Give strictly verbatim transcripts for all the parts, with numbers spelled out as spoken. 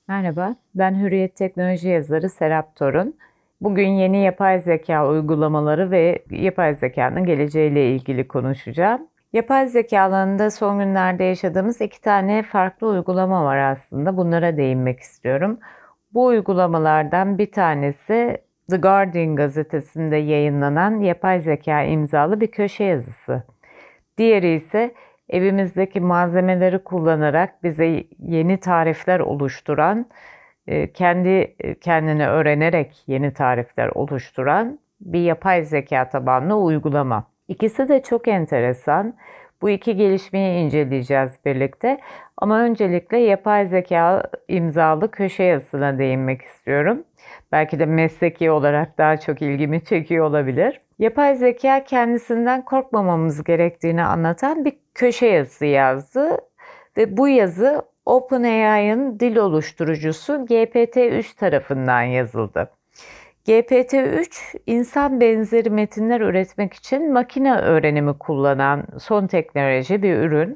Merhaba, ben Hürriyet Teknoloji yazarı Serap Torun. Bugün yeni yapay zeka uygulamaları ve yapay zekanın geleceğiyle ilgili konuşacağım. Yapay zeka alanında son günlerde yaşadığımız iki tane farklı uygulama var aslında. Bunlara değinmek istiyorum. Bu uygulamalardan bir tanesi The Guardian gazetesinde yayınlanan yapay zeka imzalı bir köşe yazısı. Diğeri ise evimizdeki malzemeleri kullanarak bize yeni tarifler oluşturan, e, kendi e, kendini öğrenerek yeni tarifler oluşturan bir yapay zeka tabanlı uygulama. İkisi de çok enteresan. Bu iki gelişmeyi inceleyeceğiz birlikte. Ama öncelikle yapay zeka imzalı köşe yazısına değinmek istiyorum. Belki de mesleki olarak daha çok ilgimi çekiyor olabilir. Yapay zeka kendisinden korkmamamız gerektiğini anlatan bir köşe yazısı yazdı ve bu yazı OpenAI'ın dil oluşturucusu G P T üç tarafından yazıldı. G P T üç, insan benzeri metinler üretmek için makine öğrenimi kullanan son teknoloji bir ürün.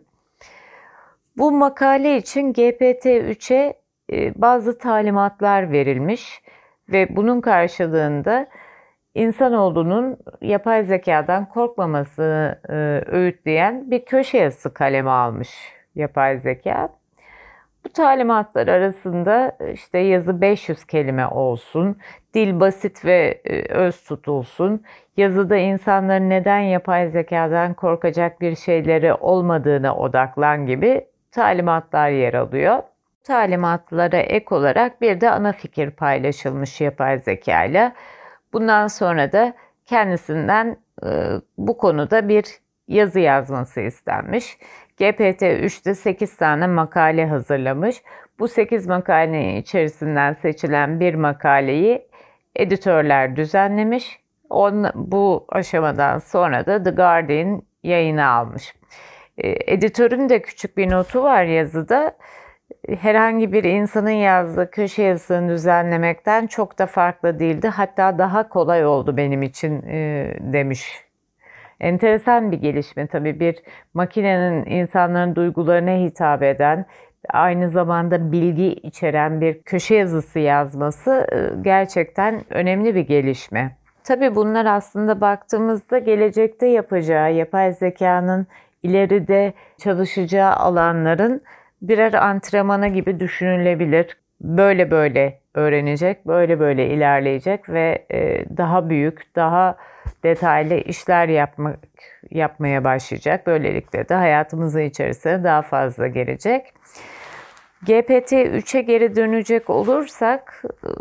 Bu makale için G P T üçe e, bazı talimatlar verilmiş ve bunun karşılığında insanoğlunun yapay zekadan korkmamasını e, öğütleyen bir köşe yazısı kaleme almış yapay zeka. Bu talimatlar arasında işte yazı beş yüz kelime olsun, dil basit ve e, öz tutulsun, yazıda insanların neden yapay zekadan korkacak bir şeyleri olmadığına odaklan gibi talimatlar yer alıyor. Talimatlara ek olarak bir de ana fikir paylaşılmış yapay zeka ile. Bundan sonra da kendisinden e, bu konuda bir yazı yazması istenmiş. G P T üçte sekiz tane makale hazırlamış. Bu sekiz makalenin içerisinden seçilen bir makaleyi editörler düzenlemiş. On, bu aşamadan sonra da The Guardian yayına almış. E, editörün de küçük bir notu var yazıda. Herhangi bir insanın yazdığı köşe yazısını düzenlemekten çok da farklı değildi. Hatta daha kolay oldu benim için e, demiş. Enteresan bir gelişme tabii, bir makinenin insanların duygularına hitap eden, aynı zamanda bilgi içeren bir köşe yazısı yazması e, gerçekten önemli bir gelişme. Tabii bunlar aslında baktığımızda gelecekte yapacağı, yapay zekanın ileride çalışacağı alanların birer antrenmanı gibi düşünülebilir. Böyle böyle öğrenecek, böyle böyle ilerleyecek ve e, daha büyük, daha detaylı işler yapmak yapmaya başlayacak. Böylelikle de hayatımızın içerisine daha fazla gelecek. G P T üçe geri dönecek olursak,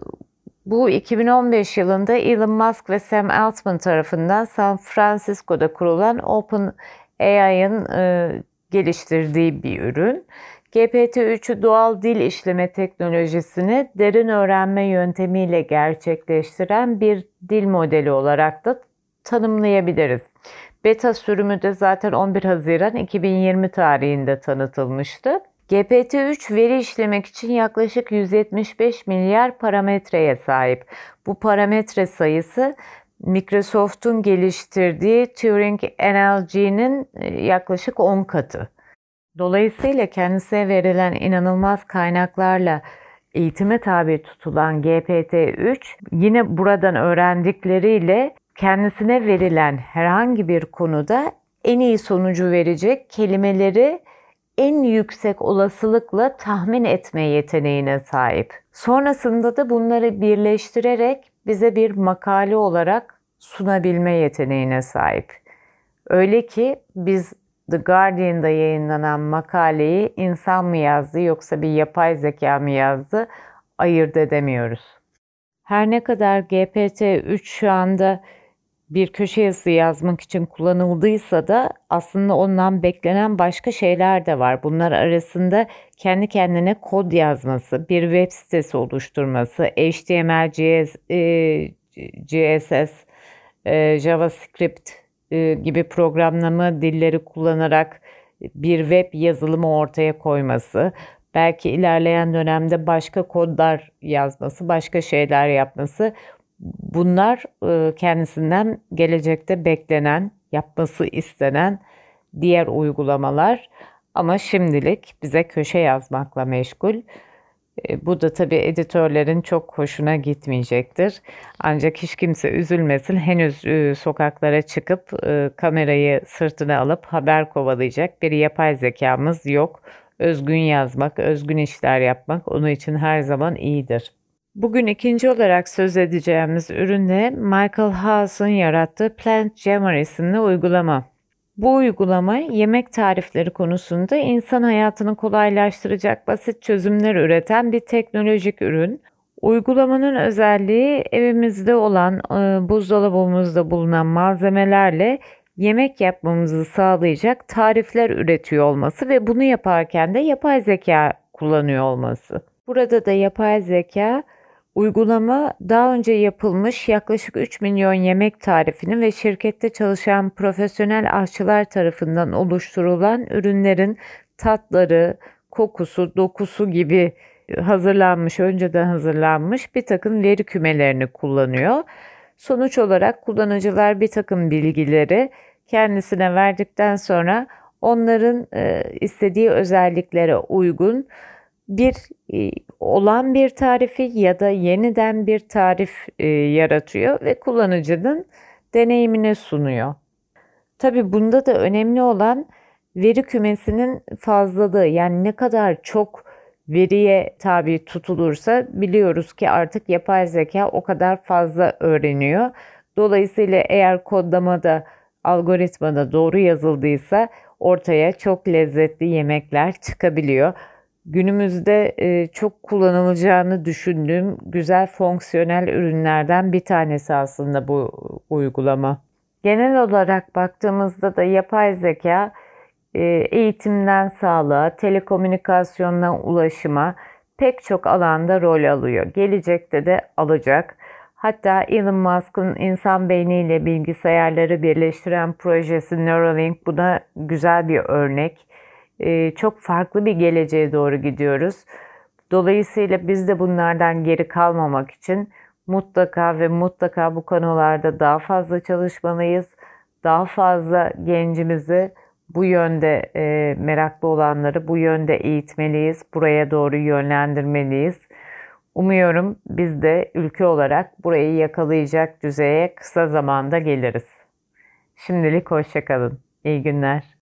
bu iki bin on beş yılında Elon Musk ve Sam Altman tarafından San Francisco'da kurulan OpenAI'ın e, geliştirdiği bir ürün. G P T üçü doğal dil işleme teknolojisini derin öğrenme yöntemiyle gerçekleştiren bir dil modeli olarak da tanımlayabiliriz. Beta sürümü de zaten on bir Haziran iki bin yirmi tarihinde tanıtılmıştı. G P T üç veri işlemek için yaklaşık yüz yetmiş beş milyar parametreye sahip. Bu parametre sayısı Microsoft'un geliştirdiği Turing N L G'nin yaklaşık on katı. Dolayısıyla kendisine verilen inanılmaz kaynaklarla eğitime tabi tutulan G P T üç yine buradan öğrendikleriyle kendisine verilen herhangi bir konuda en iyi sonucu verecek kelimeleri en yüksek olasılıkla tahmin etme yeteneğine sahip. Sonrasında da bunları birleştirerek bize bir makale olarak sunabilme yeteneğine sahip. Öyle ki biz The Guardian'da yayınlanan makaleyi insan mı yazdı yoksa bir yapay zeka mı yazdı ayırt edemiyoruz. Her ne kadar G P T üç şu anda bir köşe yazısı yazmak için kullanıldıysa da aslında ondan beklenen başka şeyler de var. Bunlar arasında kendi kendine kod yazması, bir web sitesi oluşturması, H T M L, C S S, JavaScript gibi programlama dilleri kullanarak bir web yazılımı ortaya koyması, belki ilerleyen dönemde başka kodlar yazması, başka şeyler yapması, bunlar kendisinden gelecekte beklenen, yapması istenen diğer uygulamalar. Ama şimdilik bize köşe yazmakla meşgul. E, Bu da tabii editörlerin çok hoşuna gitmeyecektir. Ancak hiç kimse üzülmesin. Henüz e, sokaklara çıkıp e, kamerayı sırtına alıp haber kovalayacak bir yapay zekamız yok. Özgün yazmak, özgün işler yapmak onun için her zaman iyidir. Bugün ikinci olarak söz edeceğimiz ürün de Michael House'un yarattığı Plant Jammer isimli uygulama. Bu uygulama yemek tarifleri konusunda insan hayatını kolaylaştıracak basit çözümler üreten bir teknolojik ürün. Uygulamanın özelliği evimizde olan, e, buzdolabımızda bulunan malzemelerle yemek yapmamızı sağlayacak tarifler üretiyor olması ve bunu yaparken de yapay zeka kullanıyor olması. Burada da yapay zeka uygulama daha önce yapılmış yaklaşık üç milyon yemek tarifini ve şirkette çalışan profesyonel aşçılar tarafından oluşturulan ürünlerin tatları, kokusu, dokusu gibi hazırlanmış, önceden hazırlanmış bir takım veri kümelerini kullanıyor. Sonuç olarak kullanıcılar bir takım bilgileri kendisine verdikten sonra onların e, istediği özelliklere uygun bir e, olan bir tarifi ya da yeniden bir tarif e, yaratıyor ve kullanıcının deneyimine sunuyor. Tabii bunda da önemli olan veri kümesinin fazlalığı. Yani ne kadar çok veriye tabi tutulursa biliyoruz ki artık yapay zeka o kadar fazla öğreniyor. Dolayısıyla eğer kodlamada, algoritmada doğru yazıldıysa ortaya çok lezzetli yemekler çıkabiliyor. Günümüzde e, çok kullanılacağını düşündüğüm güzel fonksiyonel ürünlerden bir tanesi aslında bu uygulama. Genel olarak baktığımızda da yapay zeka e, eğitimden sağlığa, telekomünikasyondan ulaşıma pek çok alanda rol alıyor. Gelecekte de alacak. Hatta Elon Musk'ın insan beyniyle bilgisayarları birleştiren projesi Neuralink buna güzel bir örnek. Ee, çok farklı bir geleceğe doğru gidiyoruz. Dolayısıyla biz de bunlardan geri kalmamak için mutlaka ve mutlaka bu konularda daha fazla çalışmalıyız. Daha fazla gencimizi bu yönde e, meraklı olanları bu yönde eğitmeliyiz. Buraya doğru yönlendirmeliyiz. Umuyorum biz de ülke olarak burayı yakalayacak düzeye kısa zamanda geliriz. Şimdilik hoşça kalın. İyi günler.